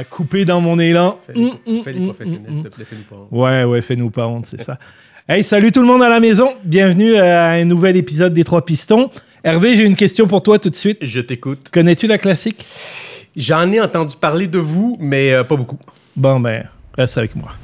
m'a coupé dans mon élan. Fais les professionnels, s'il te plaît, fais-nous pas honte. Ouais, fais-nous pas honte, c'est ça. Hey, salut tout le monde à la maison. Bienvenue à un nouvel épisode des Trois Pistons. Hervé, j'ai une question pour toi tout de suite. Je t'écoute. Connais-tu la classique? J'en ai entendu parler de vous, mais pas beaucoup. Bon, ben, reste avec moi.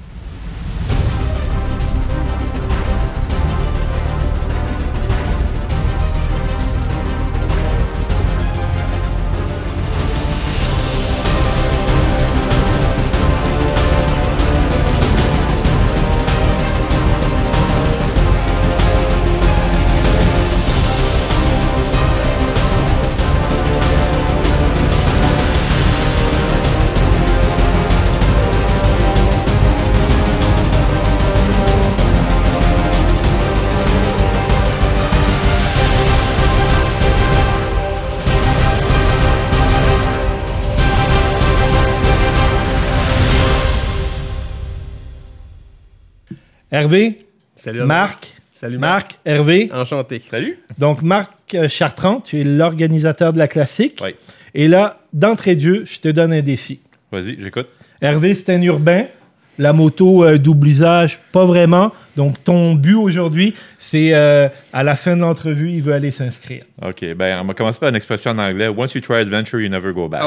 Hervé, Salut, Marc, Salut, Marc, Hervé. Enchanté. Salut. Donc, Marc Chartrand, tu es l'organisateur de la classique. Oui. Et là, d'entrée de jeu, je te donne un défi. Vas-y, j'écoute. Hervé, c'est un urbain. La moto double usage, pas vraiment. Donc, ton but aujourd'hui, c'est à la fin de l'entrevue, il veut aller s'inscrire. OK. Ben, on va commencer par une expression en anglais. Once you try adventure, you never go back.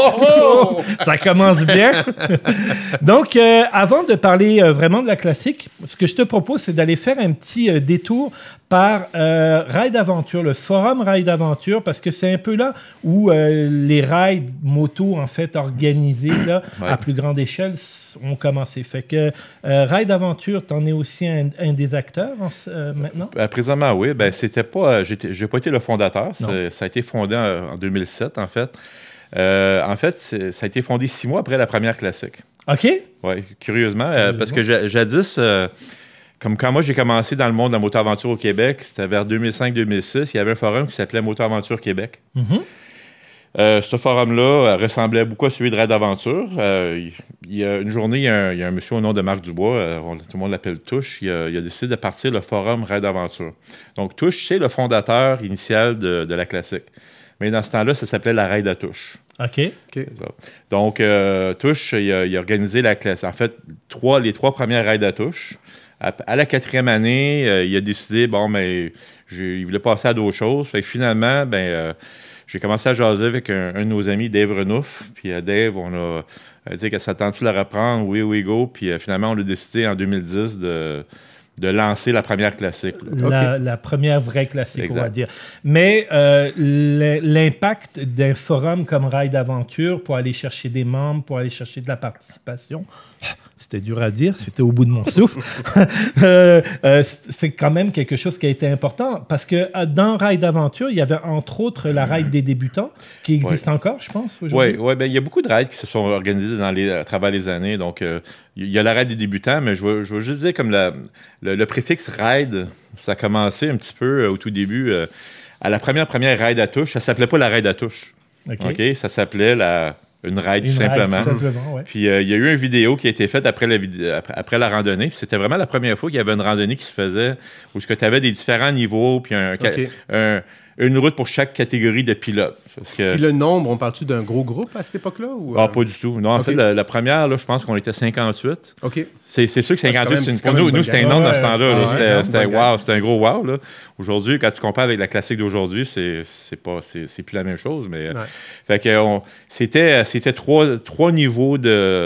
Oh! Ça commence bien. Donc, avant de parler vraiment de la classique, ce que je te propose, c'est d'aller faire un petit détour par Ride Aventure, le forum Ride Aventure, parce que c'est un peu là où les rides moto, en fait, organisés là, Ouais. à plus grande échelle, ont commencé. Fait que Ride Aventure, t'en es aussi un des acteurs maintenant? Présentement, oui. Ben, c'était pas. J'ai pas été le fondateur. Non. Ça a été fondé en 2007, en fait. Ça a été fondé 6 mois après la première classique. OK? Oui, curieusement. Parce que jadis, comme quand moi j'ai commencé dans le monde de la moto-aventure au Québec, c'était vers 2005-2006, il y avait un forum qui s'appelait Moto-aventure Québec. Mhm. Ce forum-là ressemblait beaucoup à celui de Ride Aventure. Il y a une journée, il y a un monsieur au nom de Marc Dubois, tout le monde l'appelle Touche, il a décidé de partir le forum Ride Aventure. Donc Touche, c'est le fondateur initial de la classique. Mais dans ce temps-là, ça s'appelait la Ride à Touche. OK. C'est ça. Donc Touche, il a organisé la classe. En fait, les trois premières Rides à Touche. À la 4e année, il a décidé, il voulait passer à d'autres choses. Fait que finalement, j'ai commencé à jaser avec un de nos amis, Dave Renouf. Puis Dave, on a dit que ça tente de la reprendre, oui, go. Puis finalement, on a décidé en 2010 de lancer la première classique. La première vraie classique, Exact. on va dire. Mais l'impact d'un forum comme Ride Aventure pour aller chercher des membres, pour aller chercher de la participation, c'était dur à dire, j'étais au bout de mon souffle. C'est quand même quelque chose qui a été important parce que dans Ride Aventure, il y avait entre autres la Ride des débutants qui existe encore, je pense, aujourd'hui. Oui, il y a beaucoup de rides qui se sont organisés à travers les années. Donc, il y a la ride des débutants, mais je veux juste dire comme le préfixe ride, ça a commencé un petit peu au tout début. À la première ride à touche, ça s'appelait pas la ride à touche. OK? Ça s'appelle une ride, tout simplement. Ouais. Puis, il y a eu une vidéo qui a été faite après la randonnée. C'était vraiment la première fois qu'il y avait une randonnée qui se faisait où tu avais des différents niveaux, puis une route pour chaque catégorie de pilotes. Puis le nombre, on parle-tu d'un gros groupe à cette époque-là? Ou, pas du tout. Non, en fait, la première, là, je pense qu'on était 58. OK. C'est sûr que 58, quand même nous, c'était un nombre dans ce temps-là. Ouais, Là. C'était ouais, wow, c'était un gros wow. Là. Aujourd'hui, quand tu compares avec la classique d'aujourd'hui, c'est plus la même chose. Mais, fait que c'était trois niveaux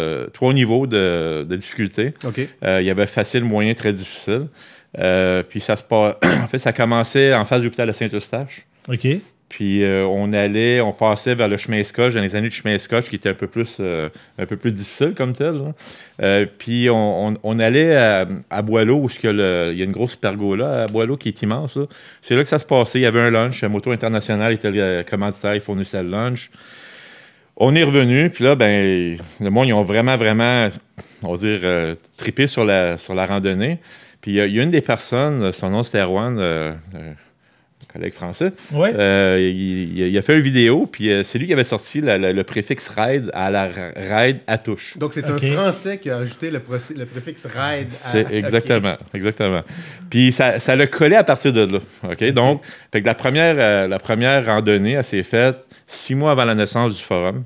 de difficulté. OK. Il y avait facile, moyen, très difficile. Puis ça ça commençait en face de l'hôpital de Saint-Eustache. OK. Puis on passait vers le chemin Scotch, dans les années du chemin Scotch, qui était un peu plus difficile comme tel. Puis on allait à Boileau, où il y a une grosse pergola à Boileau qui est immense. Là. C'est là que ça se passait. Il y avait un lunch. Moto International était le commanditaire, il fournissait le lunch. On est revenu, puis là, le monde, ils ont vraiment, on va dire, trippé sur la randonnée. Puis il y a une des personnes, son nom c'était Erwan, un collègue français, Ouais. il a fait une vidéo, puis c'est lui qui avait sorti le préfixe ride à la ride à touche. Donc c'est un Français qui a ajouté le préfixe ride à... Exactement. Puis ça l'a collé à partir de là. OK? Donc, fait que la première randonnée, elle s'est faite 6 mois avant la naissance du forum.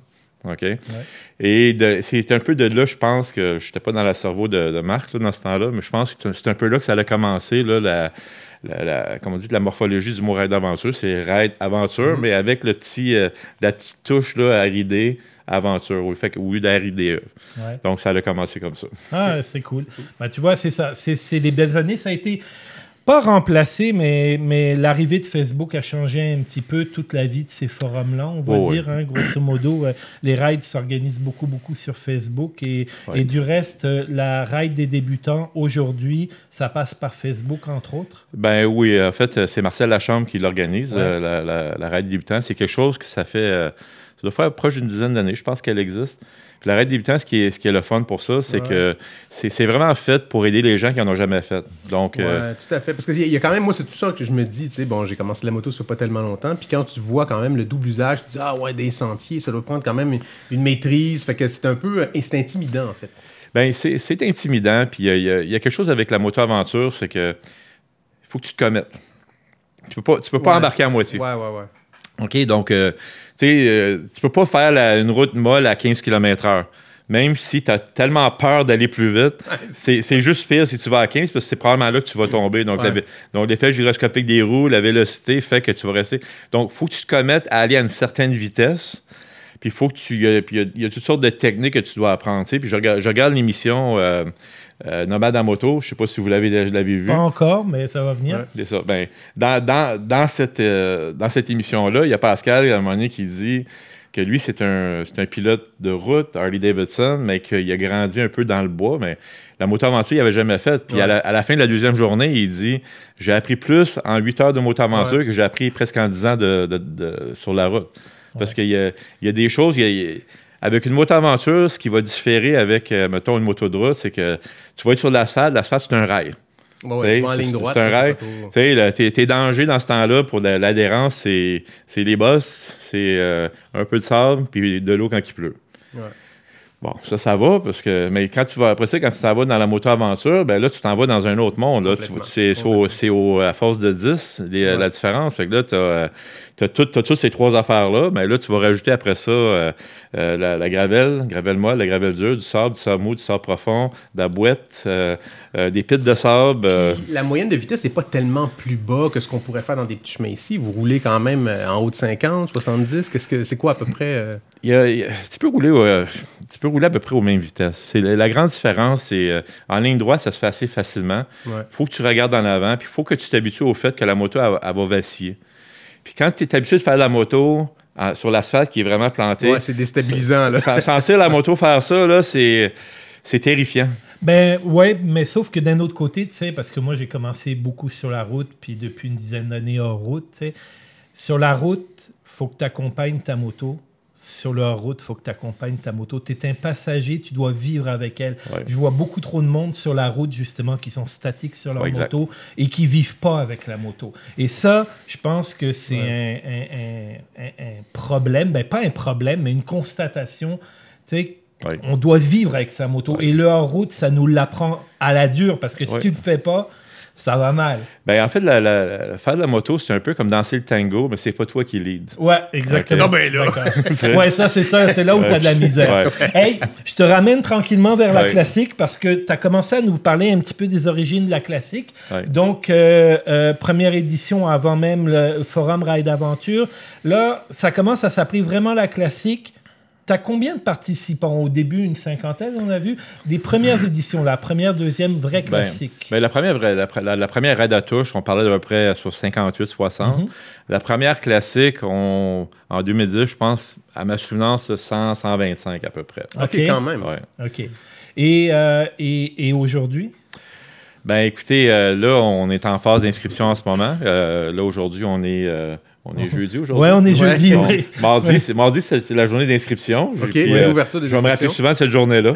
OK? Ouais. Et c'est un peu de là, je pense que je n'étais pas dans le cerveau de Marc là, dans ce temps-là, mais je pense que c'est un peu là que ça a commencé, là, comment on dit, la morphologie du mot raid d'aventure. C'est raid aventure, mais avec la petite touche là, R.I.D. aventure, au lieu d'R.I.D.E. Ouais. Donc, ça a commencé comme ça. Ah, c'est cool. Ben, tu vois, c'est ça. C'est des belles années. Ça a été pas remplacé, mais l'arrivée de Facebook a changé un petit peu toute la vie de ces forums-là, on va dire. Hein, grosso modo, les raids s'organisent beaucoup sur Facebook. Et du reste, la raid des débutants, aujourd'hui, ça passe par Facebook, entre autres? Ben oui, en fait, c'est Marcel Lachambre qui l'organise, la raid des débutants. C'est quelque chose que ça fait... ça doit faire proche d'une dizaine d'années, je pense qu'elle existe. Puis la raid débutant, ce qui est le fun pour ça, c'est que c'est vraiment fait pour aider les gens qui n'en ont jamais fait. Donc, tout à fait. Parce qu'il y a quand même, moi, c'est tout ça que je me dis, tu sais, bon, j'ai commencé la moto ça fait pas tellement longtemps, puis quand tu vois quand même le double usage, tu te dis, ah ouais, des sentiers, ça doit prendre quand même une maîtrise, fait que c'est un peu intimidant, en fait. Bien, c'est intimidant, puis il y a quelque chose avec la moto-aventure, c'est que il faut que tu te commettes. Tu peux pas embarquer à moitié. Ouais. OK, donc, tu peux pas faire une route molle à 15 km/h. Même si tu as tellement peur d'aller plus vite, c'est juste pire si tu vas à 15 parce que c'est probablement là que tu vas tomber. Donc, l'effet gyroscopique des roues, la vélocité fait que tu vas rester. Donc, il faut que tu te commettes à aller à une certaine vitesse. Puis, il faut que il y a toutes sortes de techniques que tu dois apprendre. Puis, je regarde l'émission Nomade en moto. Je ne sais pas si vous l'avez vu. Pas encore, mais ça va venir. Ouais. C'est ça. Ben, dans cette émission-là, il y a Pascal, à un moment donné, qui dit que lui, c'est un pilote de route, Harley-Davidson, mais qu'il a grandi un peu dans le bois. Mais la moto-aventure, il n'avait jamais fait. Puis à la fin de la deuxième journée, il dit « J'ai appris plus en 8 heures de moto-aventure que j'ai appris presque en 10 ans sur la route. » Parce qu'il y a des choses... Avec une moto-aventure, ce qui va différer avec, mettons, une moto de route, c'est que tu vas être sur l'asphalte, c'est un rail. Ouais, en ligne droite. C'est un rail. Tes dangers dans ce temps-là pour l'adhérence, c'est les bosses, c'est un peu de sable, puis de l'eau quand il pleut. Ouais. Bon, ça va, parce que... Mais quand tu vas dans la moto-aventure, ben là, tu t'en vas dans un autre monde. Là. C'est à force de 10, la différence. Fait que là, tu as toutes ces trois affaires-là. Mais là, tu vas rajouter après ça la gravel molle, la gravel dure, du sable mou, du sable profond, de la boîte, des pites de sable. La moyenne de vitesse n'est pas tellement plus bas que ce qu'on pourrait faire dans des petits chemins ici. Vous roulez quand même en haut de 50, 70. C'est quoi à peu près? Tu peux rouler à peu près aux mêmes vitesses. La grande différence, c'est en ligne droite, ça se fait assez facilement. Il faut que tu regardes en avant, puis il faut que tu t'habitues au fait que la moto, elle va vaciller. Puis quand tu es habitué de faire la moto sur l'asphalte qui est vraiment planté... Ouais, c'est déstabilisant. Là. Sentir la moto faire ça, là, c'est terrifiant. Ben ouais, mais sauf que d'un autre côté, tu sais, parce que moi, j'ai commencé beaucoup sur la route, puis depuis une dizaine d'années hors route, tu sais. Sur la route, il faut que tu accompagnes ta moto. Sur la route, il faut que tu accompagnes ta moto. Tu es un passager, tu dois vivre avec elle. Ouais. Je vois beaucoup trop de monde sur la route, justement, qui sont statiques sur leur moto et qui ne vivent pas avec la moto. Et ça, je pense que c'est un problème. Ben, pas un problème, mais une constatation. Tu sais, on doit vivre avec sa moto. Et le hors-route, ça nous l'apprend à la dure, parce que si tu ne le fais pas, ça va mal. Ben, en fait, faire de la moto, c'est un peu comme danser le tango, mais c'est pas toi qui lead. Ouais, exactement. Okay. Non, ben là. Ouais, ça, c'est là où tu as de la misère. Hey, je te ramène tranquillement vers la classique parce que tu as commencé à nous parler un petit peu des origines de la classique. Donc, première édition avant même le Forum Ride Aventure. Là, ça commence à s'appeler vraiment la classique. T'as combien de participants au début? Une cinquantaine, on a vu? Des premières éditions, la première, deuxième, vraie classique. La première raid à touche, on parlait d'à peu près sur 58, 60. La première classique, en 2010, je pense, à ma souvenance, 100, 125 à peu près. OK, quand même. Ouais. OK. Et aujourd'hui? Ben écoutez, là, on est en phase d'inscription en ce moment. Là, aujourd'hui, on est jeudi aujourd'hui. Oui, on est jeudi. Bon, mardi, c'est la journée d'inscription. OK, l'ouverture des inscriptions. Je vais me rappeler souvent de cette journée-là.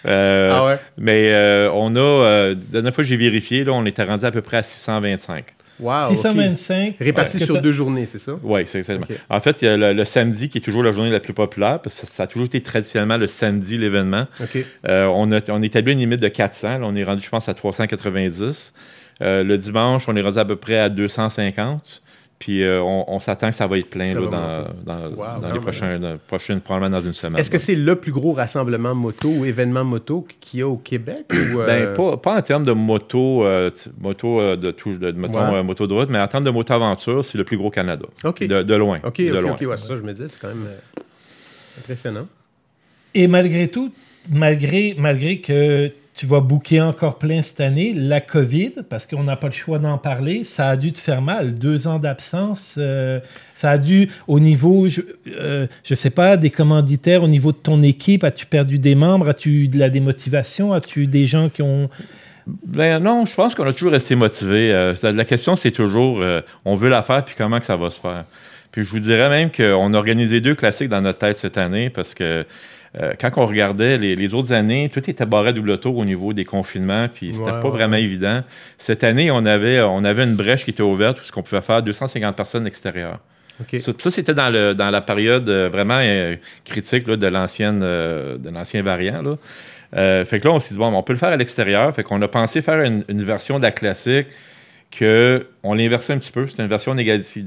Mais on a, la dernière fois que j'ai vérifié, là, on était rendu à peu près à 625. Wow, 625. Okay. Répartis sur 2 journées, c'est ça? Oui, c'est exactement. Okay. En fait, il y a le samedi qui est toujours la journée la plus populaire, parce que ça a toujours été traditionnellement le samedi, l'événement. Okay. On établit une limite de 400. Là, on est rendu, je pense, à 390. Le dimanche, on est rendu à peu près à 250. Puis on s'attend que ça va être plein Ça là, va dans les prochaines, probablement dans une semaine. Est-ce que c'est le plus gros rassemblement moto ou événement moto qu'il y a au Québec? Ou, Pas en termes de moto, moto de route, mais en termes de moto-aventure, c'est le plus gros Canada. OK. De loin. OK, loin. ouais, c'est ça, je me disais, c'est quand même impressionnant. Et malgré tout, malgré que tu vas booker encore plein cette année, la COVID, parce qu'on n'a pas le choix d'en parler, ça a dû te faire mal. 2 ans d'absence, ça a dû, au niveau, je sais pas, des commanditaires, au niveau de ton équipe, as-tu perdu des membres? As-tu eu de la démotivation? As-tu eu des gens qui ont... Ben non, je pense qu'on a toujours resté motivés. La question, c'est toujours, on veut la faire, puis comment que ça va se faire? Puis je vous dirais même qu'on a organisé 2 classiques dans notre tête cette année, parce que quand on regardait les autres années, tout était barré à double tour au niveau des confinements, puis c'était pas vraiment évident. Cette année, on avait une brèche qui était ouverte où on pouvait faire 250 personnes extérieures. Okay. Ça, c'était dans la période vraiment critique là, de l'ancien variant. Là. Fait que là, on s'est dit, bon, on peut le faire à l'extérieur. Fait qu'on a pensé faire une version de la classique qu'on l'inversait un petit peu. C'était une version négatif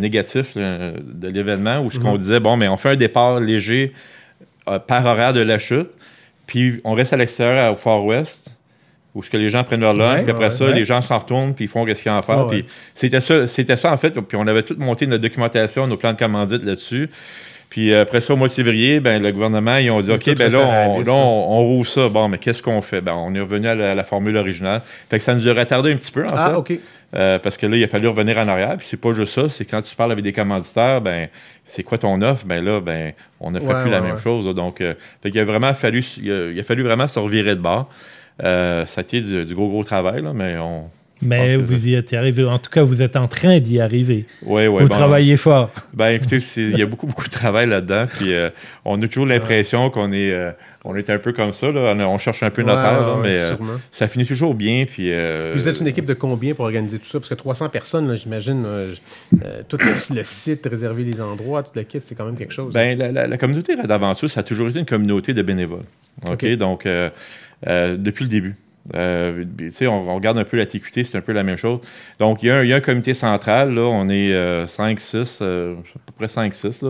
de l'événement où qu'on disait, bon, mais on fait un départ léger par horaire de la chute, puis on reste à l'extérieur au Far West, où ce que les gens prennent leur lunch, puis après ça, les gens s'en retournent, puis ils font ce qu'il y a à faire. Puis c'était ça, en fait. Puis on avait tout monté notre documentation, nos plans de commandite là-dessus. Puis après ça, au mois de février, le gouvernement, ils ont dit, OK, on roule ça. Bon, mais qu'est-ce qu'on fait? On est revenu à la formule originale. Fait que ça nous a retardé un petit peu, en fait. OK. Parce que là, il a fallu revenir en arrière. Puis c'est pas juste ça, c'est quand tu parles avec des commanditaires, c'est quoi ton offre? On ne fait plus la même chose. Là. Donc, fait qu'il a vraiment fallu vraiment se revirer de bord. Ça a été du gros travail, là, mais on... Mais vous y êtes arrivé. En tout cas, vous êtes en train d'y arriver. Oui. Vous travaillez fort. Écoutez, il y a beaucoup de travail là-dedans. Puis on a toujours l'impression qu'on est un peu comme ça. Là. On cherche un peu notre heure, mais ça finit toujours bien. Puis, vous êtes une équipe de combien pour organiser tout ça? Parce que 300 personnes, là, j'imagine, tout le site, réserver les endroits, tout le kit, c'est quand même quelque chose. La communauté Raid Aventure, ça a toujours été une communauté de bénévoles. OK? Donc, depuis le début. On regarde un peu la TQT, c'est un peu la même chose. Donc, il y a un comité central, là, on est 5-6, à peu près 5-6.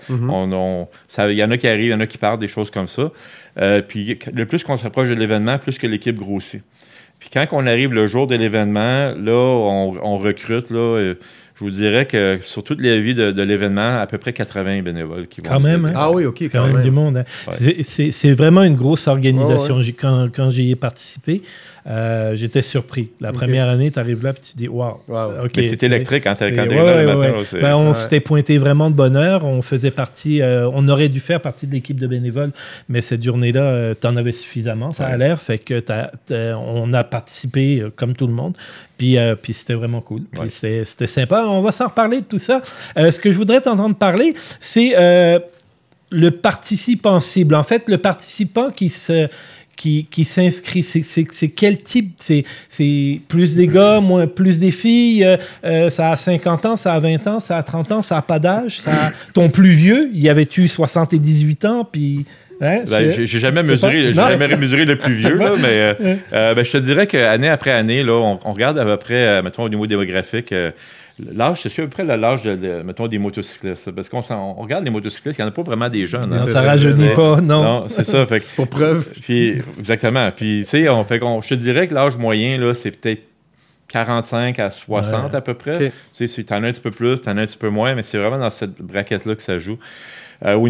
Il y en a qui arrivent, il y en a qui partent, des choses comme ça. Puis, le plus qu'on s'approche de l'événement, plus que l'équipe grossit. Puis, quand on arrive le jour de l'événement, là, on recrute, là, je vous dirais que sur toute la vie de l'événement, à peu près 80 bénévoles qui vont... Quand même, hein? Ah oui, OK, quand même du monde. Hein? Ouais. C'est vraiment une grosse organisation. Ouais. Quand j'y ai participé, j'étais surpris. La première année, tu arrives là et tu dis « Wow! » Mais c'est électrique quand tu arrives là le matin. On s'était pointé vraiment de bonne heure. On faisait partie... on aurait dû faire partie de l'équipe de bénévoles, mais cette journée-là, tu en avais suffisamment, ça a l'air. Fait que on a participé comme tout le monde. Puis c'était vraiment cool. Puis c'était sympa. On va s'en reparler de tout ça. Ce que je voudrais t'entendre parler, c'est le participant cible. En fait, le participant qui s'inscrit, c'est quel type? C'est plus des gars, plus des filles? Ça a 50 ans, ça a 20 ans, ça a 30 ans, ça n'a pas d'âge? Ton plus vieux, y avait-tu 78 ans? Puis... Hein, j'ai jamais mesuré le plus vieux, là, mais je te dirais qu'année après année, là, on regarde à peu près, mettons, au niveau démographique, l'âge, c'est à peu près l'âge mettons, des motocyclistes. Parce qu'on regarde les motocyclistes, il n'y en a pas vraiment des jeunes. Non, ça ne rajeunit pas, non. Non, c'est ça. Fait, pour preuve. Puis, exactement. Puis, tu sais, je te dirais que l'âge moyen, là, c'est peut-être 45 à 60 à peu près. Okay. Tu sais, t'en as un petit peu plus, t'en as un petit peu moins, mais c'est vraiment dans cette braquette-là que ça joue. Au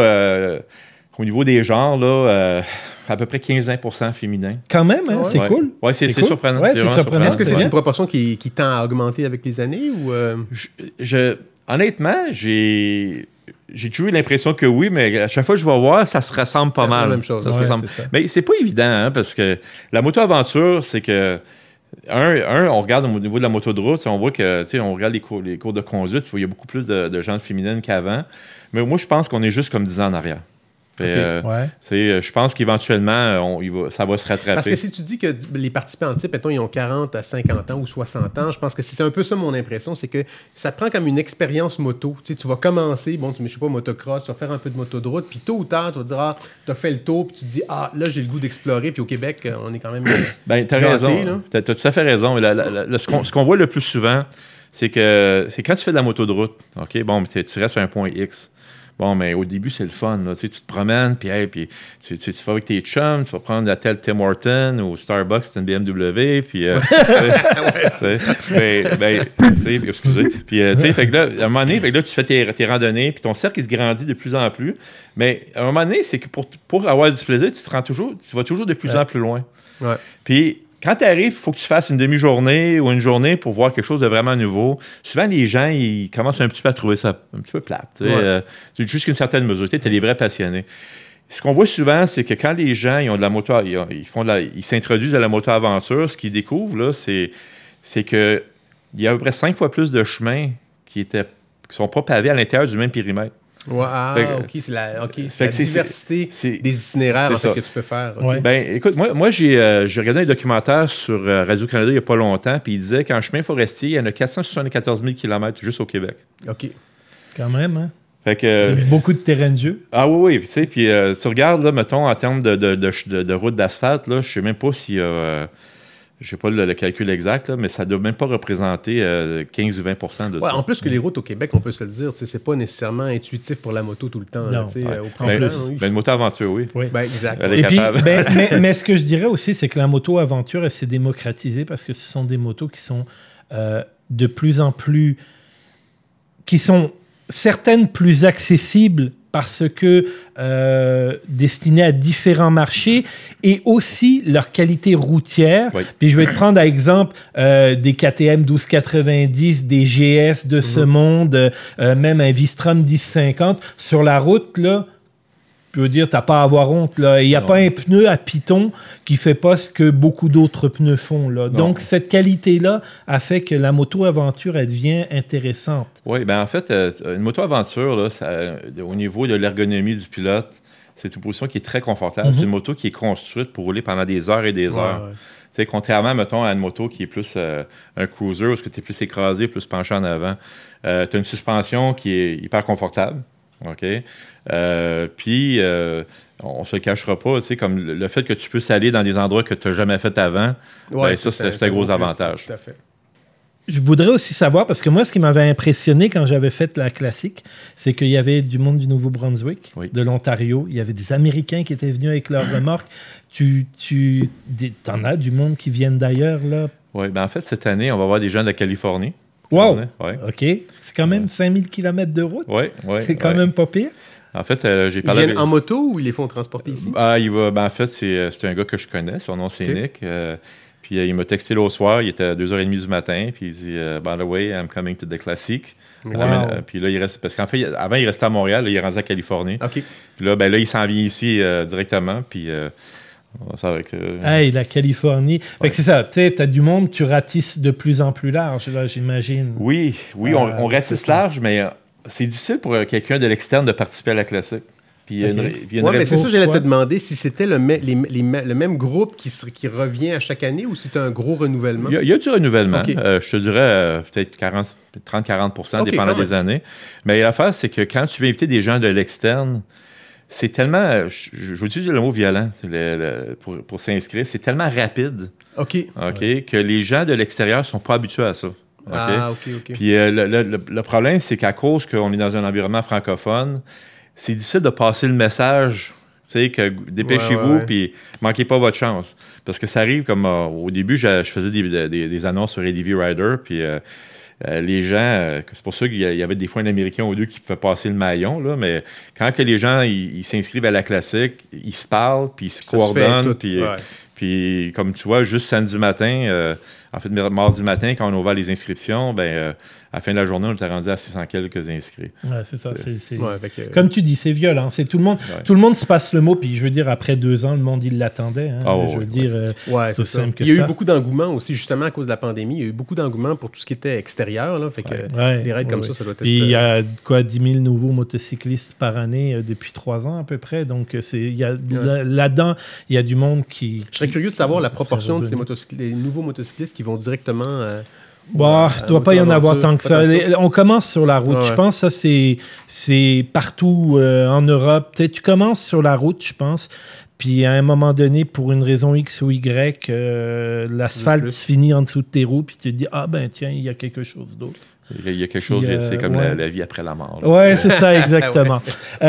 niveau des genres, là, à peu près 15-20% féminin. Quand même, hein? C'est cool. Oui, c'est cool. Surprenant. Ouais, c'est surprenant. Est-ce que c'est une proportion qui tend à augmenter avec les années? Ou honnêtement, j'ai toujours eu l'impression que oui, mais à chaque fois que je vais voir, ça se ressemble pas mal. C'est la même chose. Mais c'est pas évident, hein, parce que la moto-aventure, c'est que on regarde au niveau de la moto de route, on voit que, on regarde les cours de conduite, il y a beaucoup plus de gens féminines qu'avant. Mais moi, je pense qu'on est juste comme 10 ans en arrière. Je pense qu'éventuellement, ça va se rattraper. Parce que si tu dis que les participants type, mettons, ils ont 40 à 50 ans ou 60 ans, je pense que c'est un peu ça mon impression, c'est que ça te prend comme une expérience moto. Tu vas commencer, je sais pas, motocross, tu vas faire un peu de moto de route, puis tôt ou tard, tu vas dire, tu as fait le tour, puis tu te dis, là, j'ai le goût d'explorer, puis au Québec, on est quand même t'as raison. T'as tout à fait raison. Ce qu'on voit le plus souvent, c'est quand tu fais de la moto de route, OK, bon, tu restes à un point X. Bon, mais au début, c'est le fun. Là. Tu te promènes, puis tu vas avec tes chums, tu vas prendre la telle Tim Horton ou Starbucks, c'est une BMW, puis... excusez. Puis, tu sais, fait que là, à un moment donné, tu fais tes randonnées, puis ton cercle, il se grandit de plus en plus. Mais à un moment donné, c'est que pour avoir du plaisir, tu vas toujours de plus en plus loin. Ouais. Puis... Quand tu arrives, il faut que tu fasses une demi-journée ou une journée pour voir quelque chose de vraiment nouveau. Souvent, les gens, ils commencent un petit peu à trouver ça un petit peu plate. Jusqu'à une certaine mesure. Tu es des vrais passionnés. Ce qu'on voit souvent, c'est que quand les gens ils ont de la moto, ils s'introduisent à la moto-aventure, ce qu'ils découvrent, là, c'est qu'il y a à peu près 5 fois plus de chemins qui sont pas pavés à l'intérieur du même périmètre. Ouais, c'est la diversité des itinéraires en fait, que tu peux faire. Okay. Ouais. Ben, écoute, moi j'ai regardé un documentaire sur Radio-Canada il n'y a pas longtemps, puis il disait qu'en chemin forestier, il y en a 474 000 km juste au Québec. OK. Quand même, hein? Fait que, beaucoup de terrain de jeu. Ah oui, puis tu sais, tu regardes, là, mettons, en termes de route d'asphalte, là, je sais même pas si... je n'ai pas le calcul exact, là, mais ça ne doit même pas représenter 15 ou 20% de ça. En plus que les routes au Québec, on peut se le dire, c'est pas nécessairement intuitif pour la moto tout le temps. Non. Une moto-aventure, oui. Ben, exact. Et puis, mais ce que je dirais aussi, c'est que la moto-aventure, elle s'est démocratisée parce que ce sont des motos qui sont de plus en plus... qui sont certaines plus accessibles parce que destinées à différents marchés et aussi leur qualité routière. Oui. Puis je vais te prendre à exemple des KTM 1290, des GS de ce monde, même un Vistrom 1050. Sur la route, là, je veux dire, t'as pas à avoir honte. Il n'y a pas un pneu à piton qui fait pas ce que beaucoup d'autres pneus font. Là. Donc, cette qualité-là a fait que la moto-aventure, elle devient intéressante. Oui, bien en fait, une moto-aventure, là, au niveau de l'ergonomie du pilote, c'est une position qui est très confortable. C'est une moto qui est construite pour rouler pendant des heures et des heures. Ouais. Tu sais, contrairement, mettons, à une moto qui est plus un cruiser, où tu es plus écrasé, plus penché en avant, tu as une suspension qui est hyper confortable. OK? Puis, on se le cachera pas, tu sais, comme le fait que tu puisses aller dans des endroits que tu n'as jamais fait avant, ça, c'est un gros avantage. Tout à fait. Je voudrais aussi savoir, parce que moi, ce qui m'avait impressionné quand j'avais fait la classique, c'est qu'il y avait du monde du Nouveau-Brunswick, de l'Ontario. Il y avait des Américains qui étaient venus avec leurs remorques. T'en as du monde qui viennent d'ailleurs, là? Oui, bien en fait, cette année, on va avoir des gens de la Californie. Wow! OK. C'est quand même 5000 km de route. Oui. C'est quand même pas pire. En fait, j'ai parlé... Ils viennent en moto ou ils les font transporter ici? En fait, c'est un gars que je connais. Son nom, c'est Nick. Puis il m'a texté l'autre soir. Il était à 2h30 du matin. Puis il dit « By the way, I'm coming to the Classic. Wow. » Puis là, il reste... Parce qu'en fait, avant, il restait à Montréal. Là, il est rendu à Californie. OK. Puis là, il s'en vient ici directement. Puis... Hey, la Californie. Fait que c'est ça, tu sais, t'as du monde, tu ratisses de plus en plus large, là, j'imagine. Oui, on ratisse large, mais c'est difficile pour quelqu'un de l'externe de participer à la classique. Puis mais c'est ça, j'allais te demander si c'était le même groupe qui revient à chaque année ou si c'était un gros renouvellement. Il y a du renouvellement. Okay. Je te dirais peut-être 30-40%, dépendant des années. Mais l'affaire, c'est que quand tu veux inviter des gens de l'externe, c'est tellement, je vais utiliser le mot violent pour s'inscrire, c'est tellement rapide que les gens de l'extérieur ne sont pas habitués à ça. OK. Puis le problème, c'est qu'à cause qu'on est dans un environnement francophone, c'est difficile de passer le message, tu sais, que dépêchez-vous, puis manquez pas votre chance. Parce que ça arrive comme, au début, je faisais des annonces sur ADV Rider, puis... les gens, c'est pour ça qu'il y avait des fois un Américain ou deux qui pouvait passer le maillon, là, mais quand que les gens ils s'inscrivent à la classique, ils se parlent, puis ils se coordonnent, puis comme tu vois, juste samedi matin, en fait mardi matin, quand on a ouvert les inscriptions, à la fin de la journée, on était rendu à 600 quelques inscrits. Ouais, c'est ça. Comme tu dis, c'est violent. C'est tout le monde se passe le mot, puis je veux dire, après 2 ans, le monde, il l'attendait. Hein, je veux dire, c'est simple que ça. Il y a eu beaucoup d'engouement aussi, justement, à cause de la pandémie. Il y a eu beaucoup d'engouement pour tout ce qui était extérieur. Là, fait que des raids comme ça doit être... Puis il y a 10 000 nouveaux motocyclistes par année depuis 3 ans à peu près. Donc, là-dedans, il y a du monde qui... Je serais curieux de savoir la proportion de ces nouveaux motocyclistes qui vont directement... il ne doit pas y en avoir tant que ça. On commence sur la route. Je pense que ça, c'est partout en Europe. Tu commences sur la route, je pense. Puis à un moment donné, pour une raison X ou Y, l'asphalte finit en dessous de tes roues, puis tu te dis, ah ben tiens, il y a quelque chose d'autre. Il y a quelque chose, c'est comme la vie après la mort. Oui, c'est ça, exactement.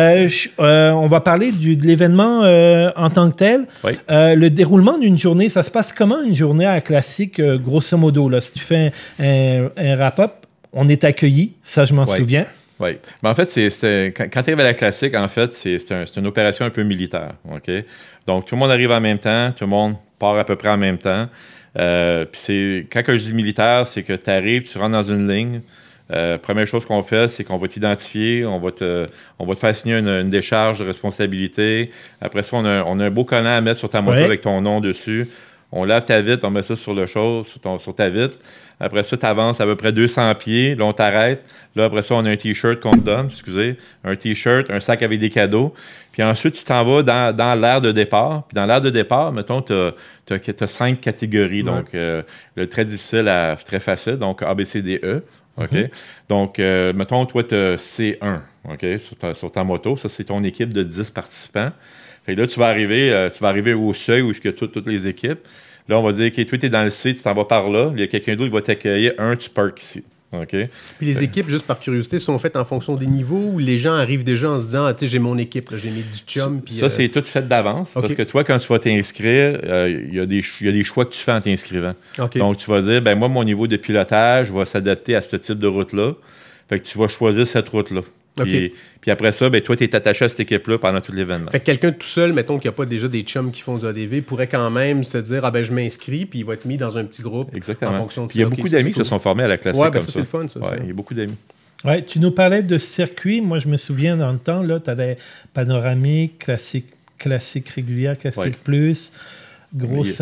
On va parler de l'événement en tant que tel. Oui. Le déroulement d'une journée, ça se passe comment une journée à Classique, grosso modo? Là? Si tu fais un wrap-up, on est accueilli, ça je m'en souviens. Oui. Mais en fait, quand tu arrives à la Classique, en fait, c'est une opération un peu militaire. OK? Donc, tout le monde arrive en même temps, tout le monde part à peu près en même temps. Puis quand je dis militaire, c'est que tu arrives, tu rentres dans une ligne. Première chose qu'on fait, c'est qu'on va t'identifier, on va te faire signer une décharge de responsabilité. Après ça, on a un beau collant à mettre sur ta moto avec ton nom dessus. On lave ta vitre, on met ça sur sur ta vitre. Après ça, tu avances à peu près 200 pieds. Là, on t'arrête. Là, après ça, on a un T-shirt qu'on te donne, un T-shirt, un sac avec des cadeaux. Puis ensuite, tu t'en vas dans l'aire de départ. Puis dans l'aire de départ, mettons, tu as 5 catégories. Donc, le très difficile à très facile. Donc, A, B, C, D, E. OK? Donc, mettons, toi, tu as C1, OK? Sur ta moto. Ça, c'est ton équipe de 10 participants. Fait que là, tu vas arriver au seuil où il y a toutes les équipes. Là, on va dire, OK, toi, tu es dans le C, tu t'en vas par là. Il y a quelqu'un d'autre qui va t'accueillir. Tu parques ici. OK? Puis les équipes, juste par curiosité, sont faites en fonction des niveaux ou les gens arrivent déjà en se disant, tu sais, j'ai mon équipe, là, j'ai mes du chum. Ça, c'est tout fait d'avance. Parce que toi, quand tu vas t'inscrire, il y a des choix que tu fais en t'inscrivant. Donc, tu vas dire, ben moi, mon niveau de pilotage va s'adapter à ce type de route-là. Fait que tu vas choisir cette route-là. Puis après ça, ben, toi, tu es attaché à cette équipe-là pendant tout l'événement. Fait que quelqu'un tout seul, mettons qu'il n'y a pas déjà des chums qui font du ADV, pourrait quand même se dire, ah ben je m'inscris, puis il va être mis dans un petit groupe. Exactement. En fonction de il y a beaucoup d'amis qui se sont formés à la Classique comme ça. C'est le fun, ça. Il y a beaucoup d'amis. Ouais, tu nous parlais de circuit. Moi, je me souviens dans le temps, tu avais panoramique, classique régulière, classique plus. On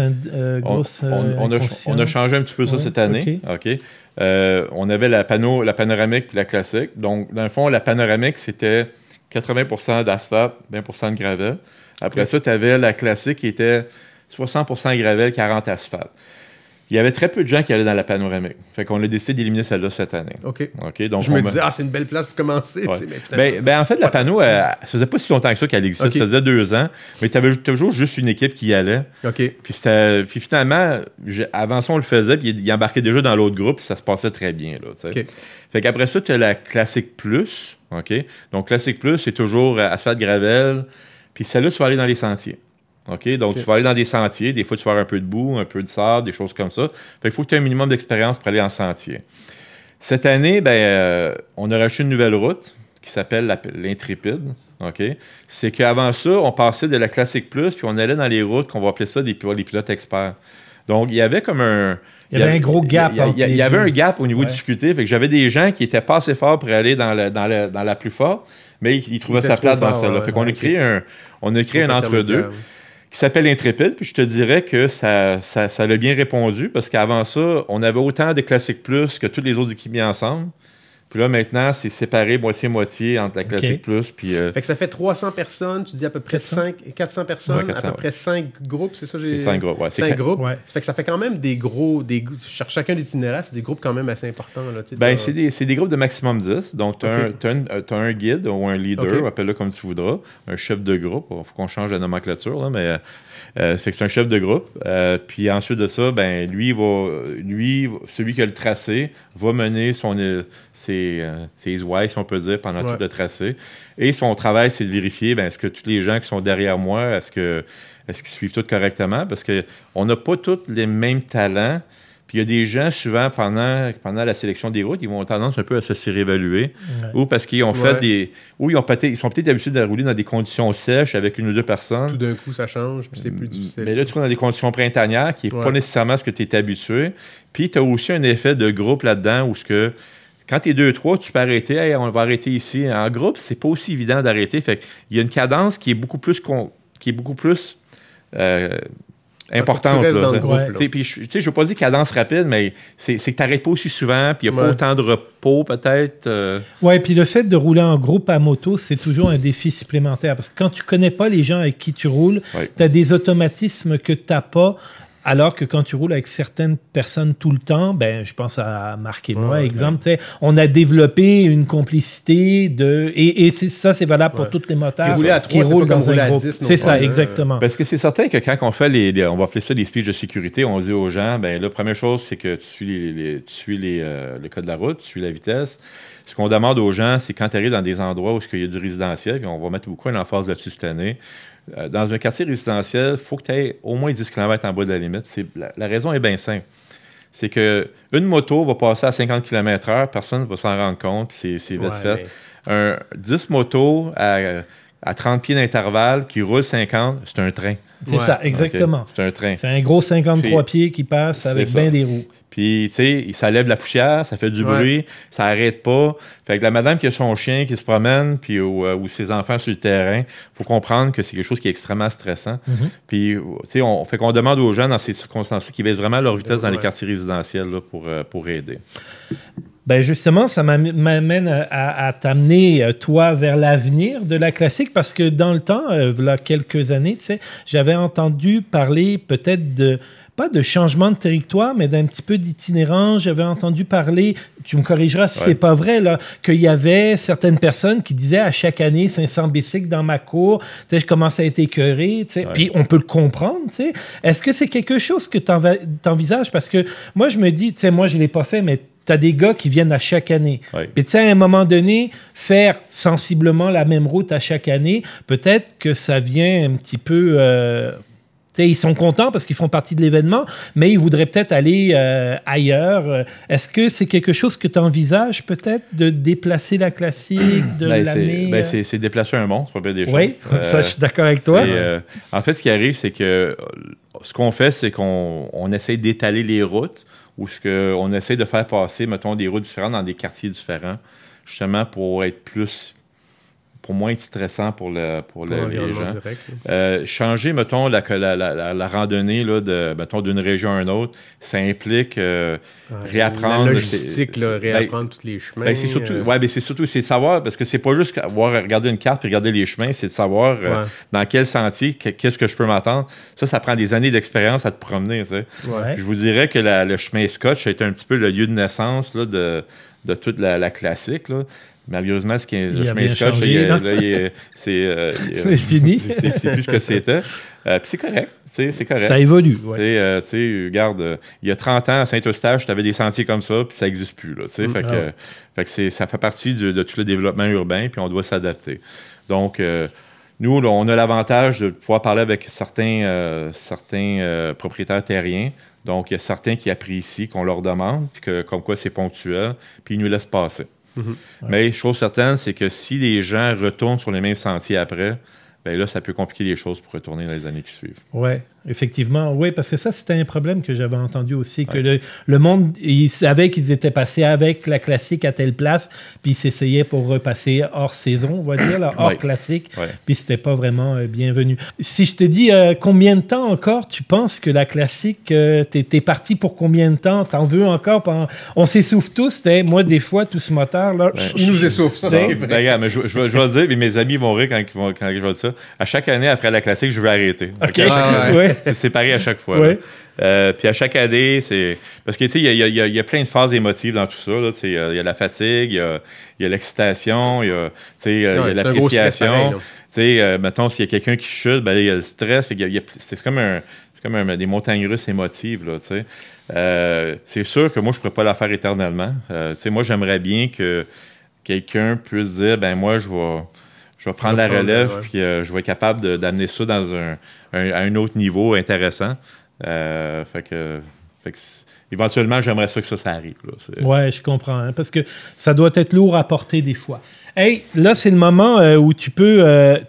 a changé un petit peu ça cette année. OK. On avait la panoramique et la classique. Donc, dans le fond, la panoramique, c'était 80% d'asphalte, 20% de gravel. Après ça, tu avais la classique qui était 60% gravel, 40% asphalte. Il y avait très peu de gens qui allaient dans la panoramique. Fait qu'on a décidé d'éliminer celle-là cette année. OK. Donc, je me disais, c'est une belle place pour commencer. Ouais. En fait, la pano, ça faisait pas si longtemps que ça qu'elle existait. Ça faisait 2 ans. Mais tu avais toujours juste une équipe qui y allait. Puis finalement, avant ça, on le faisait. Puis il embarquait déjà dans l'autre groupe. Puis ça se passait très bien. Là, Fait qu'après ça, tu as la Classique Plus. Donc, Classique Plus, c'est toujours asphalte gravel. Puis celle-là, tu vas aller dans les sentiers. Donc, tu vas aller dans des sentiers. Des fois, tu vas avoir un peu de boue, un peu de sable, des choses comme ça. Fait qu'il faut que tu aies un minimum d'expérience pour aller en sentier. Cette année, on a rajouté une nouvelle route qui s'appelle l'Intrépide. C'est qu'avant ça, on passait de la Classique Plus, puis on allait dans les routes qu'on va appeler ça les pilotes experts. Donc, il y avait comme un... Il y avait un gros gap. Il y avait un gap au niveau de difficulté. Fait que j'avais des gens qui n'étaient pas assez forts pour aller dans la plus forte, mais ils trouvaient ça plate dans celle-là. Fait qu'on a créé un entre-deux qui s'appelle Intrépide, puis je te dirais que ça l'a bien répondu, parce qu'avant ça, on avait autant de Classique Plus que tous les autres équipes mis ensemble. Puis là, maintenant, c'est séparé moitié-moitié entre la Classique Plus. Puis, fait que ça fait 300 personnes, tu dis à peu près 400 personnes, 400, à peu près 5 groupes, c'est ça? C'est 5 groupes, oui. 5 groupes. Ouais. Ça fait que ça fait quand même des gros... chacun des itinéraires, c'est des groupes quand même assez importants. Là, c'est des groupes de maximum 10. Donc, tu as un guide ou un leader, appelle-le comme tu voudras, un chef de groupe. Il faut qu'on change la nomenclature, là, mais... fait que c'est un chef de groupe. Puis ensuite de ça, lui, celui qui a le tracé, va mener ses why, si on peut dire, pendant tout le tracé. Et son travail, c'est de vérifier, est-ce que tous les gens qui sont derrière moi, est-ce qu'ils suivent tout correctement? Parce qu'on n'a pas tous les mêmes talents. Puis il y a des gens, souvent, pendant la sélection des routes, ils vont tendance un peu à se surévaluer. Ou parce qu'ils ont fait ou ils sont peut-être habitués de rouler dans des conditions sèches avec 1 ou 2 personnes. Tout d'un coup, ça change, puis c'est plus difficile. Mais là, tu vas dans des conditions printanières qui n'est pas nécessairement ce que tu es habitué. Puis tu as aussi un effet de groupe là-dedans où quand tu es 2-3, tu peux arrêter. Hey, on va arrêter ici. En groupe, c'est pas aussi évident d'arrêter. Fait qu'il y a une cadence qui est beaucoup plus importante. Puis, je ne veux pas dire cadence rapide, mais c'est que tu n'arrêtes pas aussi souvent, puis il n'y a pas autant de repos, peut-être. Oui, puis le fait de rouler en groupe à moto, c'est toujours un défi supplémentaire. Parce que quand tu ne connais pas les gens avec qui tu roules, tu as des automatismes que tu n'as pas Alors que quand tu roules avec certaines personnes tout le temps, ben, je pense à Marc et moi, exemple, on a développé une complicité et ça, c'est valable pour toutes les motards qui roulent dans un groupe. C'est ça, exactement. Parce que c'est certain que quand on fait on va appeler ça les speeches de sécurité, on dit aux gens, ben la première chose, c'est que tu suis le code de la route, tu suis la vitesse. Ce qu'on demande aux gens, c'est quand tu arrives dans des endroits où il y a du résidentiel, puis on va mettre beaucoup l'emphase là-dessus cette année. Dans un quartier résidentiel, il faut que tu aies au moins 10 km en bas de la limite. La raison est bien simple. C'est qu'une moto va passer à 50 km/h, personne ne va s'en rendre compte, puis c'est vite fait. 10 motos à 30 pieds d'intervalle qui roulent 50, c'est un train. C'est ça, exactement. Okay. C'est un train. C'est un gros 53 pieds qui passe avec bien des roues. Puis, tu sais, ça lève la poussière, ça fait du bruit, ça n'arrête pas. Fait que la madame qui a son chien qui se promène, puis ou ses enfants sur le terrain, il faut comprendre que c'est quelque chose qui est extrêmement stressant. Puis, tu sais, qu'on demande aux gens dans ces circonstances-là qu'ils baissent vraiment leur vitesse dans les quartiers résidentiels là, pour aider. Ben justement, ça m'amène à t'amener, toi, vers l'avenir de la classique, parce que dans le temps, il y a quelques années, tu sais, j'avais entendu parler peut-être pas de changement de territoire, mais d'un petit peu d'itinérance. J'avais entendu parler, tu me corrigeras si c'est pas vrai, là, qu'il y avait certaines personnes qui disaient à chaque année 500 bicycles dans ma cour. Tu sais, je commence à être écœuré. Tu sais, puis on peut le comprendre. Tu sais. Est-ce que c'est quelque chose que tu envisages? Parce que moi, je me dis, tu sais, moi, je l'ai pas fait, mais tu as des gars qui viennent à chaque année. Puis, tu sais, à un moment donné, faire sensiblement la même route à chaque année, peut-être que ça vient un petit peu... tu sais, ils sont contents parce qu'ils font partie de l'événement, mais ils voudraient peut-être aller ailleurs. Est-ce que c'est quelque chose que tu envisages, peut-être, de déplacer la classique, de l'amener... C'est déplacer un monstre, pas bien des choses. Oui, ça, je suis d'accord avec toi. En fait, ce qui arrive, c'est que ce qu'on fait, c'est qu'on essaie d'étaler les routes, ou on essaie de faire passer, mettons, des routes différentes dans des quartiers différents, justement pour moins être stressant pour les gens. Changer, mettons, la randonnée là, mettons, d'une région à une autre, ça implique réapprendre... La logistique, réapprendre tous les chemins. C'est surtout de savoir, parce que c'est pas juste regarder une carte et regarder les chemins, c'est de savoir dans quel sentier, qu'est-ce que je peux m'attendre. Ça prend des années d'expérience à te promener. Je vous dirais que le chemin Scotch a été un petit peu le lieu de naissance là, de toute la classique, là. Malheureusement, le chemin Scotch, c'est fini. C'est plus ce que c'était. Puis c'est correct. C'est correct. Ça évolue. Regarde, il y a 30 ans, à Saint-Eustache, tu avais des sentiers comme ça, puis ça n'existe plus. Là, fait que ça fait partie de tout le développement urbain, puis on doit s'adapter. Donc, nous, là, on a l'avantage de pouvoir parler avec certains propriétaires terriens. Donc, il y a certains qui apprécient qu'on leur demande, puis comme quoi c'est ponctuel, puis ils nous laissent passer. Mais chose certaine, c'est que si les gens retournent sur les mêmes sentiers après, bien là, ça peut compliquer les choses pour retourner dans les années qui suivent. Oui, effectivement. Oui, parce que ça, c'était un problème que j'avais entendu aussi, que le monde, ils savaient qu'ils étaient passés avec la classique à telle place, puis ils s'essayaient pour repasser hors saison, on va dire, là, hors classique, puis c'était pas vraiment bienvenu. Si je te dis combien de temps encore tu penses que la classique, t'es parti pour combien de temps? T'en veux encore? On s'essouffle tous. Moi, des fois, tout ce moteur, là... Il nous essouffle, ça, c'est vrai. Regarde, mais je vais le dire, mais mes amis vont rire quand je vais dire ça. À chaque année, après la classique, je veux arrêter. Okay. C'est séparé à chaque fois. Puis à chaque année, c'est... Parce que, tu sais, il y a plein de phases émotives dans tout ça. Il y a la fatigue, il y a l'excitation, il y a l'appréciation. Tu sais, mettons, s'il y a quelqu'un qui chute, ben, il y a le stress. C'est comme des montagnes russes émotives, là, tu sais. C'est sûr que moi, je ne pourrais pas la faire éternellement. Tu sais, moi, j'aimerais bien que quelqu'un puisse dire, ben moi, je vais prendre la relève, puis je vais être capable d'amener ça dans à un autre niveau intéressant. Fait que éventuellement, j'aimerais ça que ça arrive. Oui, je comprends. Hein, parce que ça doit être lourd à porter des fois. Hey, là, c'est le moment où tu peux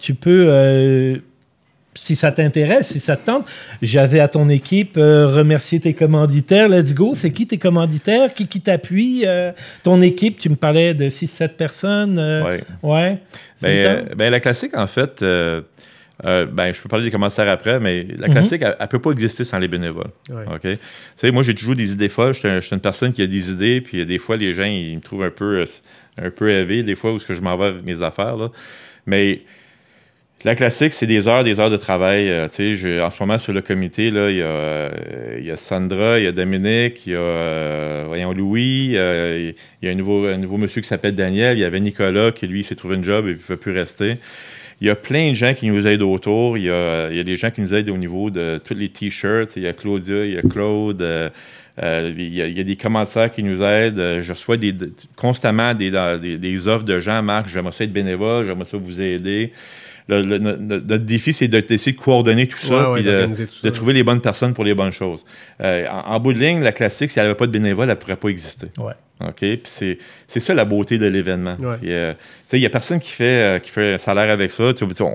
si ça t'intéresse, si ça te tente, j'avais à ton équipe remercier tes commanditaires. Let's go. C'est qui tes commanditaires? Qui t'appuie? Ton équipe, tu me parlais de 6-7 personnes. Ouais. La classique, en fait, je peux parler des commanditaires après, mais la classique, elle ne peut pas exister sans les bénévoles. Okay? Tu sais, moi, j'ai toujours des idées folles. Je suis une personne qui a des idées, puis des fois, les gens, ils me trouvent un peu élevé, des fois, où je m'en vais avec mes affaires. Là. Mais La classique, c'est des heures de travail. Tu sais, en ce moment, sur le comité, là, il y a Sandra, il y a Dominique, il y a voyons, Louis, il y a un nouveau monsieur qui s'appelle Daniel, il y avait Nicolas qui, lui, s'est trouvé une job et il ne peut plus rester. Il y a plein de gens qui nous aident autour. Il y a des gens qui nous aident au niveau de tous les T-shirts. Il y a Claudia, il y a Claude. Il y a des commentaires qui nous aident. Je reçois constamment des offres de gens. Marc, j'aimerais ça être bénévole, j'aimerais ça vous aider. Notre défi, c'est d'essayer de coordonner tout ça et de trouver les bonnes personnes pour les bonnes choses. En bout de ligne, la classique, si elle n'avait pas de bénévoles, elle ne pourrait pas exister. Ouais. OK? Puis c'est ça la beauté de l'événement. Ouais. Il n'y a personne qui fait un salaire avec ça.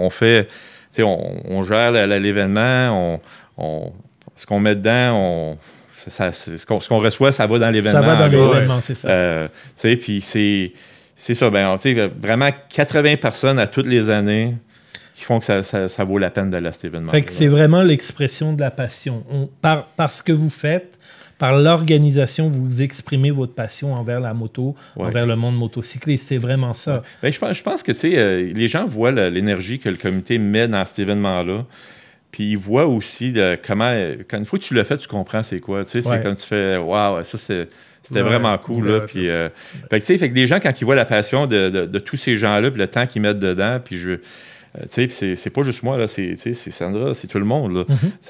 On gère l'événement, ce qu'on met dedans, ce qu'on reçoit, ça va dans l'événement. Ça va dans l'événement, c'est ça. Puis c'est ça. Vraiment 80 personnes à toutes les années qui font que ça vaut la peine d'aller à cet événement. Fait que c'est vraiment l'expression de la passion. Par ce que vous faites, par l'organisation, vous exprimez votre passion envers la moto, envers le monde motocycliste. C'est vraiment ça. Ouais. Je pense que les gens voient l'énergie que le comité met dans cet événement-là. Puis ils voient aussi comment, quand une fois que tu l'as fait, tu comprends c'est quoi. C'est comme tu fais, waouh, ça c'était vraiment cool. Là. Puis, fait que les gens, quand ils voient la passion de tous ces gens-là, puis le temps qu'ils mettent dedans, puis c'est pas juste moi, là, c'est Sandra, c'est tout le monde. Là.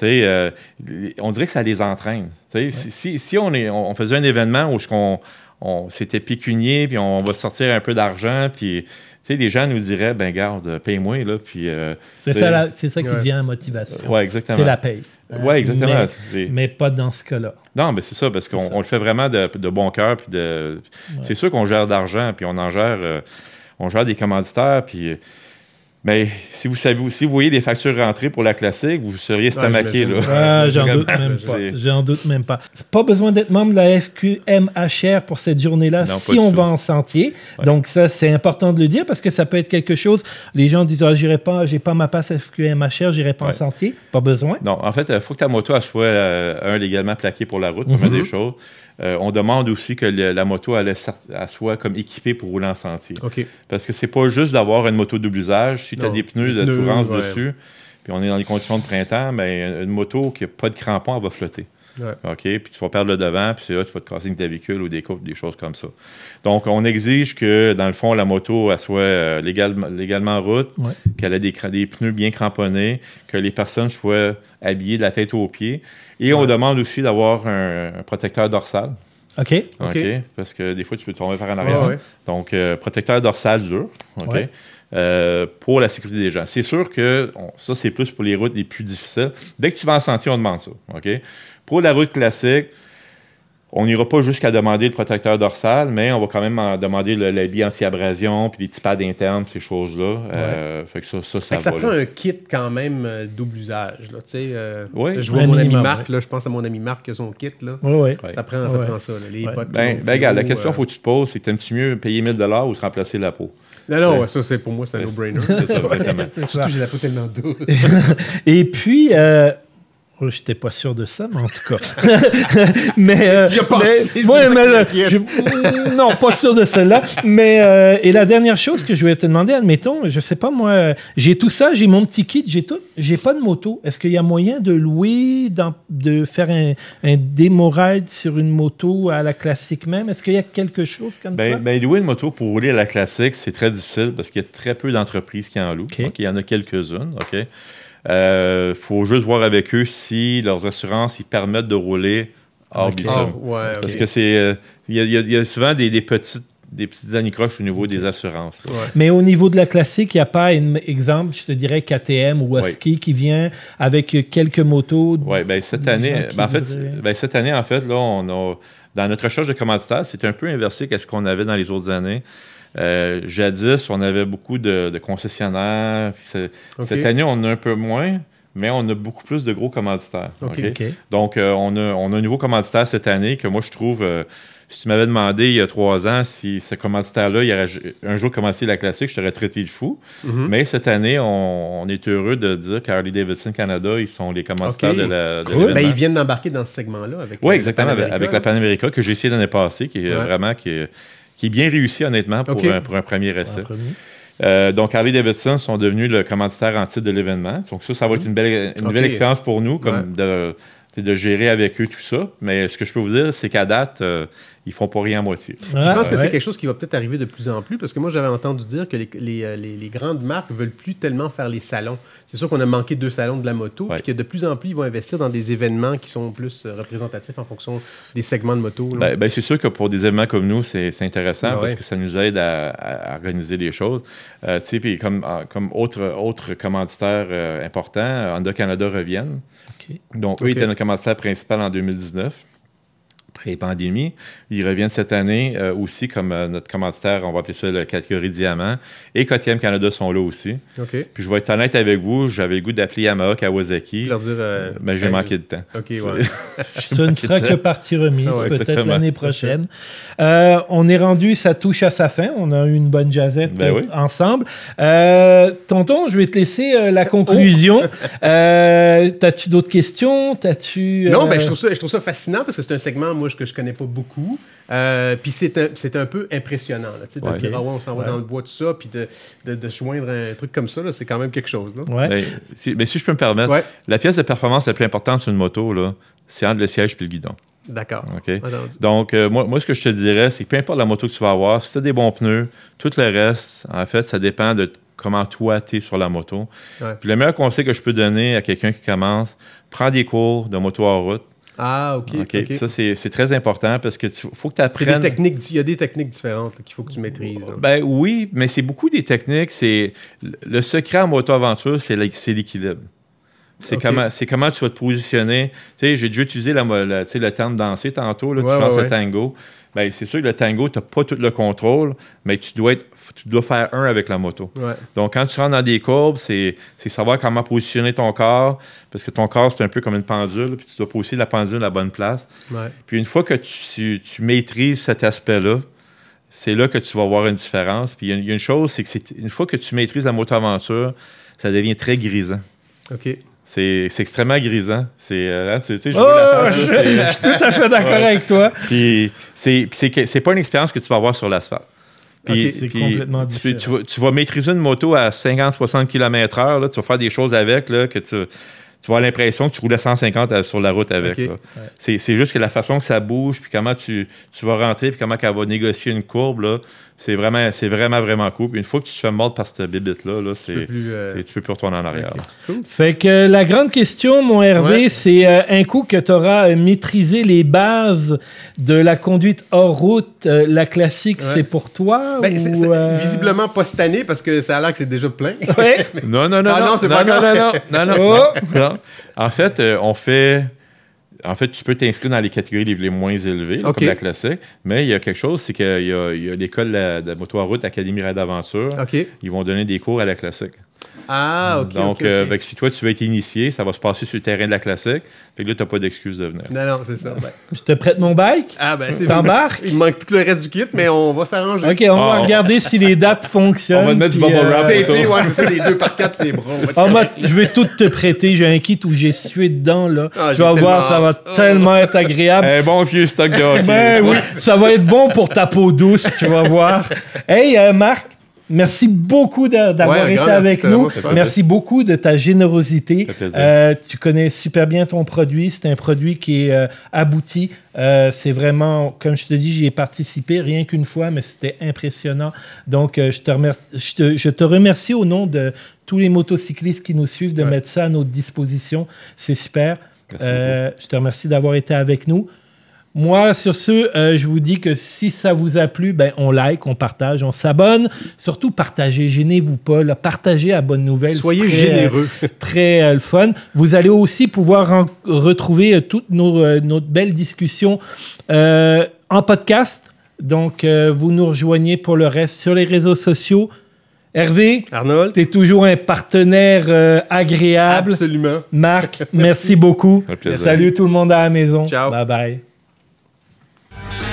On dirait que ça les entraîne. Si on faisait un événement où c'était pécunier, puis on va sortir un peu d'argent, puis les gens nous diraient, ben garde, paye-moi, là, puis... c'est ça qui devient la motivation. Oui, exactement. C'est la paye. Oui, exactement. Mais pas dans ce cas-là. Non, mais c'est ça, parce qu'on le fait vraiment de bon cœur, puis c'est sûr qu'on gère d'argent, puis on gère des commanditaires, puis... Mais si vous voyez des factures rentrées pour la classique, vous seriez stomaqué. J'en doute même pas. Pas besoin d'être membre de la FQMHR pour cette journée-là si on va en sentier. Ouais. Donc ça, c'est important de le dire parce que ça peut être quelque chose. Les gens disent j'irai pas, j'ai pas ma passe FQMHR, j'irai pas en sentier. Pas besoin. Non, en fait, il faut que ta moto soit légalement plaquée pour la route, pour des choses. On demande aussi que la moto elle soit comme équipée pour rouler en sentier. Okay. Parce que c'est pas juste d'avoir une moto double usage. Si tu as des pneus de Tourance dessus, puis on est dans les conditions de printemps, ben, une moto qui n'a pas de crampons, elle va flotter. Ouais. OK? Puis tu vas perdre le devant, puis c'est là tu vas te casser une clavicule ou des coupes, des choses comme ça. Donc, on exige que, dans le fond, la moto elle soit légalement en route, qu'elle ait des pneus bien cramponnés, que les personnes soient habillées de la tête aux pieds. Et on demande aussi d'avoir un protecteur dorsal. OK. Parce que des fois, tu peux tomber par en arrière. Donc, protecteur dorsal dur. OK? Pour la sécurité des gens. C'est sûr que ça, c'est plus pour les routes les plus difficiles. Dès que tu vas en sentier, on demande ça. OK? Pour la route classique, on n'ira pas jusqu'à demander le protecteur dorsal, mais on va quand même demander l'habit anti-abrasion, puis les petits pads internes, ces choses-là. Fait que ça prend un kit quand même double usage. Là, je vois mon ami Marc, là, je pense à mon ami Marc qui a son kit. Là. Ça prend ça. Là, les bottes. Regarde, la question qu'il faut que tu te poses, c'est t'aimes-tu mieux payer 1 000 ou te remplacer la peau? Non, ça, c'est pour moi, c'est un no-brainer. Surtout, j'ai la peau tellement douce. Et puis... je n'étais pas sûr de ça, mais en tout cas. Non, pas sûr de celle-là. Mais et la dernière chose que je voulais te demander, admettons, je sais pas moi, j'ai tout ça, j'ai mon petit kit, j'ai pas de moto. Est-ce qu'il y a moyen de louer, de faire un démo ride sur une moto à la classique même? Est-ce qu'il y a quelque chose comme ça? Louer une moto pour rouler à la classique, c'est très difficile parce qu'il y a très peu d'entreprises qui en louent. Okay. Il y en a quelques-unes. OK? Faut juste voir avec eux si leurs assurances ils permettent de rouler hors bitume. Parce que c'est il y a souvent des petites anicroches au niveau des assurances. Mais au niveau de la classique, il n'y a pas un exemple, je te dirais KTM ou Husky qui vient avec quelques motos. Oui, cette année, en fait, là, on a dans notre recherche de commanditaires, c'est un peu inversé à ce qu'on avait dans les autres années. Jadis, on avait beaucoup de concessionnaires. Cette année, on en a un peu moins, mais on a beaucoup plus de gros commanditaires. Donc, on a un nouveau commanditaire cette année que moi, je trouve... si tu m'avais demandé il y a 3 ans si ce commanditaire-là, il aurait un jour commencé la classique, je t'aurais traité de fou. Mais cette année, on est heureux de dire qu'Harley-Davidson Canada, ils sont les commanditaires de l'événement. Ils viennent d'embarquer dans ce segment-là. Exactement, avec la Pan-America que j'ai essayé l'année passée, qui est vraiment... qui est bien réussi, honnêtement, pour un premier essai. Donc, Harley-Davidson sont devenus le commanditaire en titre de l'événement. Donc, ça va être une belle expérience pour nous, comme de gérer avec eux tout ça. Mais ce que je peux vous dire, c'est qu'à date, ils font pas rien à moitié. Je pense que c'est quelque chose qui va peut-être arriver de plus en plus, parce que moi, j'avais entendu dire que les grandes marques veulent plus tellement faire les salons. C'est sûr qu'on a manqué 2 salons de la moto, puis que de plus en plus, ils vont investir dans des événements qui sont plus représentatifs en fonction des segments de moto. C'est sûr que pour des événements comme nous, c'est intéressant parce que ça nous aide à organiser les choses. Puis comme autre commanditaire important, Honda Canada reviennent. Okay. Donc, eux étaient notre commanditaire principal en 2019. Pré-pandémie. Ils reviennent cette année aussi comme notre commanditaire, on va appeler ça la catégorie Diamant. Et KTM Canada sont là aussi. Okay. Puis je vais être honnête avec vous, j'avais le goût d'appeler Yamaha Kawasaki. Leur dire, mais j'ai manqué de temps. Ce ne sera que partie remise, peut-être l'année prochaine. On est rendu, ça touche à sa fin. On a eu une bonne jazzette ensemble. Tonton, je vais te laisser la conclusion. T'as-tu d'autres questions? Non, je trouve ça fascinant parce que c'est un segment, moi, que je connais pas beaucoup. Puis c'est un peu impressionnant. Là, de dire, on s'en va dans le bois, tout ça, puis de joindre un truc comme ça, là, c'est quand même quelque chose. Là. Ouais. Si je peux me permettre, la pièce de performance la plus importante sur une moto, là, c'est entre le siège et le guidon. D'accord. Okay? Donc, moi, ce que je te dirais, c'est que peu importe la moto que tu vas avoir, si tu as des bons pneus, tout le reste, en fait, ça dépend de comment toi, tu es sur la moto. Puis le meilleur conseil que je peux donner à quelqu'un qui commence, prends des cours de moto en route. Ah, OK. Ça, c'est très important parce que faut que tu apprennes... Il y a des techniques différentes qu'il faut que tu maîtrises. Oui, mais c'est beaucoup des techniques. Le secret en moto-aventure, c'est l'équilibre. C'est comment tu vas te positionner. Tu sais, j'ai déjà utilisé le terme danser tantôt. Là, tu penses à tango. Ben, c'est sûr que le tango, tu n'as pas tout le contrôle, mais tu dois faire un avec la moto. Ouais. Donc, quand tu rentres dans des courbes, c'est savoir comment positionner ton corps, parce que ton corps, c'est un peu comme une pendule, puis tu dois positionner la pendule à la bonne place. Ouais. Puis une fois que tu maîtrises cet aspect-là, c'est là que tu vas voir une différence. Puis il y a une chose, c'est que une fois que tu maîtrises la moto-aventure, ça devient très grisant. OK. C'est extrêmement grisant. Je suis tout à fait d'accord avec toi. Puis c'est pas une expérience que tu vas avoir sur l'asphalte. Puis, c'est complètement différent. Tu vas maîtriser une moto à 50-60 km/h. Là, tu vas faire des choses avec là, que tu vas avoir l'impression que tu roules à 150 sur la route avec. Okay. C'est juste que la façon que ça bouge, puis comment tu vas rentrer, puis comment elle va négocier une courbe, là, c'est vraiment cool. Puis une fois que tu te fais mordre par cette bibite-là, tu peux plus retourner en arrière. Okay. Cool. Fait que la grande question, mon Hervé, c'est un coup que tu auras maîtrisé les bases de la conduite hors route, la classique, c'est pour toi? Visiblement pas cette année, parce que ça a l'air que c'est déjà plein. Ouais. Non, c'est pas grave. Non. En fait, tu peux t'inscrire dans les catégories les moins élevées, comme la classique, mais il y a quelque chose, c'est qu'il y a l'école de moto en route, Académie Ride d'Aventure. Okay. Ils vont donner des cours à la classique. Ah, OK. Donc, si toi, tu veux être initié, ça va se passer sur le terrain de la classique. Fait que là, tu n'as pas d'excuse de venir. Non, c'est ça. Je te prête mon bike. Ah, c'est t'embarques. Il me manque plus le reste du kit, mais on va s'arranger. OK, on va regarder si les dates fonctionnent. On va te mettre du bubble wrap. C'est ça, les 2x4, c'est bon. Je vais tout te prêter. J'ai un kit où j'ai sué dedans. Là. Tu vas voir, ça va tellement être agréable. Un bon vieux stock de hockey. Oui, ça va être bon pour ta peau douce, tu vas voir. Hey, Marc. Merci beaucoup d'avoir été avec nous. Merci beaucoup de ta générosité. Tu connais super bien ton produit. C'est un produit qui est abouti. C'est vraiment, comme je te dis, j'y ai participé rien qu'une fois, mais c'était impressionnant. Donc, je te remercie au nom de tous les motocyclistes qui nous suivent de mettre ça à notre disposition. C'est super. Je te remercie d'avoir été avec nous. Moi, sur ce, je vous dis que si ça vous a plu, on like, on partage, on s'abonne. Surtout, partagez, gênez-vous pas. Là, partagez à Bonne Nouvelle. Soyez généreux. Très le fun. Vous allez aussi pouvoir retrouver toutes nos belles discussions en podcast. Donc, vous nous rejoignez pour le reste sur les réseaux sociaux. Hervé, Arnold, tu es toujours un partenaire agréable. Absolument. Marc, merci beaucoup. Un plaisir. Salut tout le monde à la maison. Ciao. Bye bye.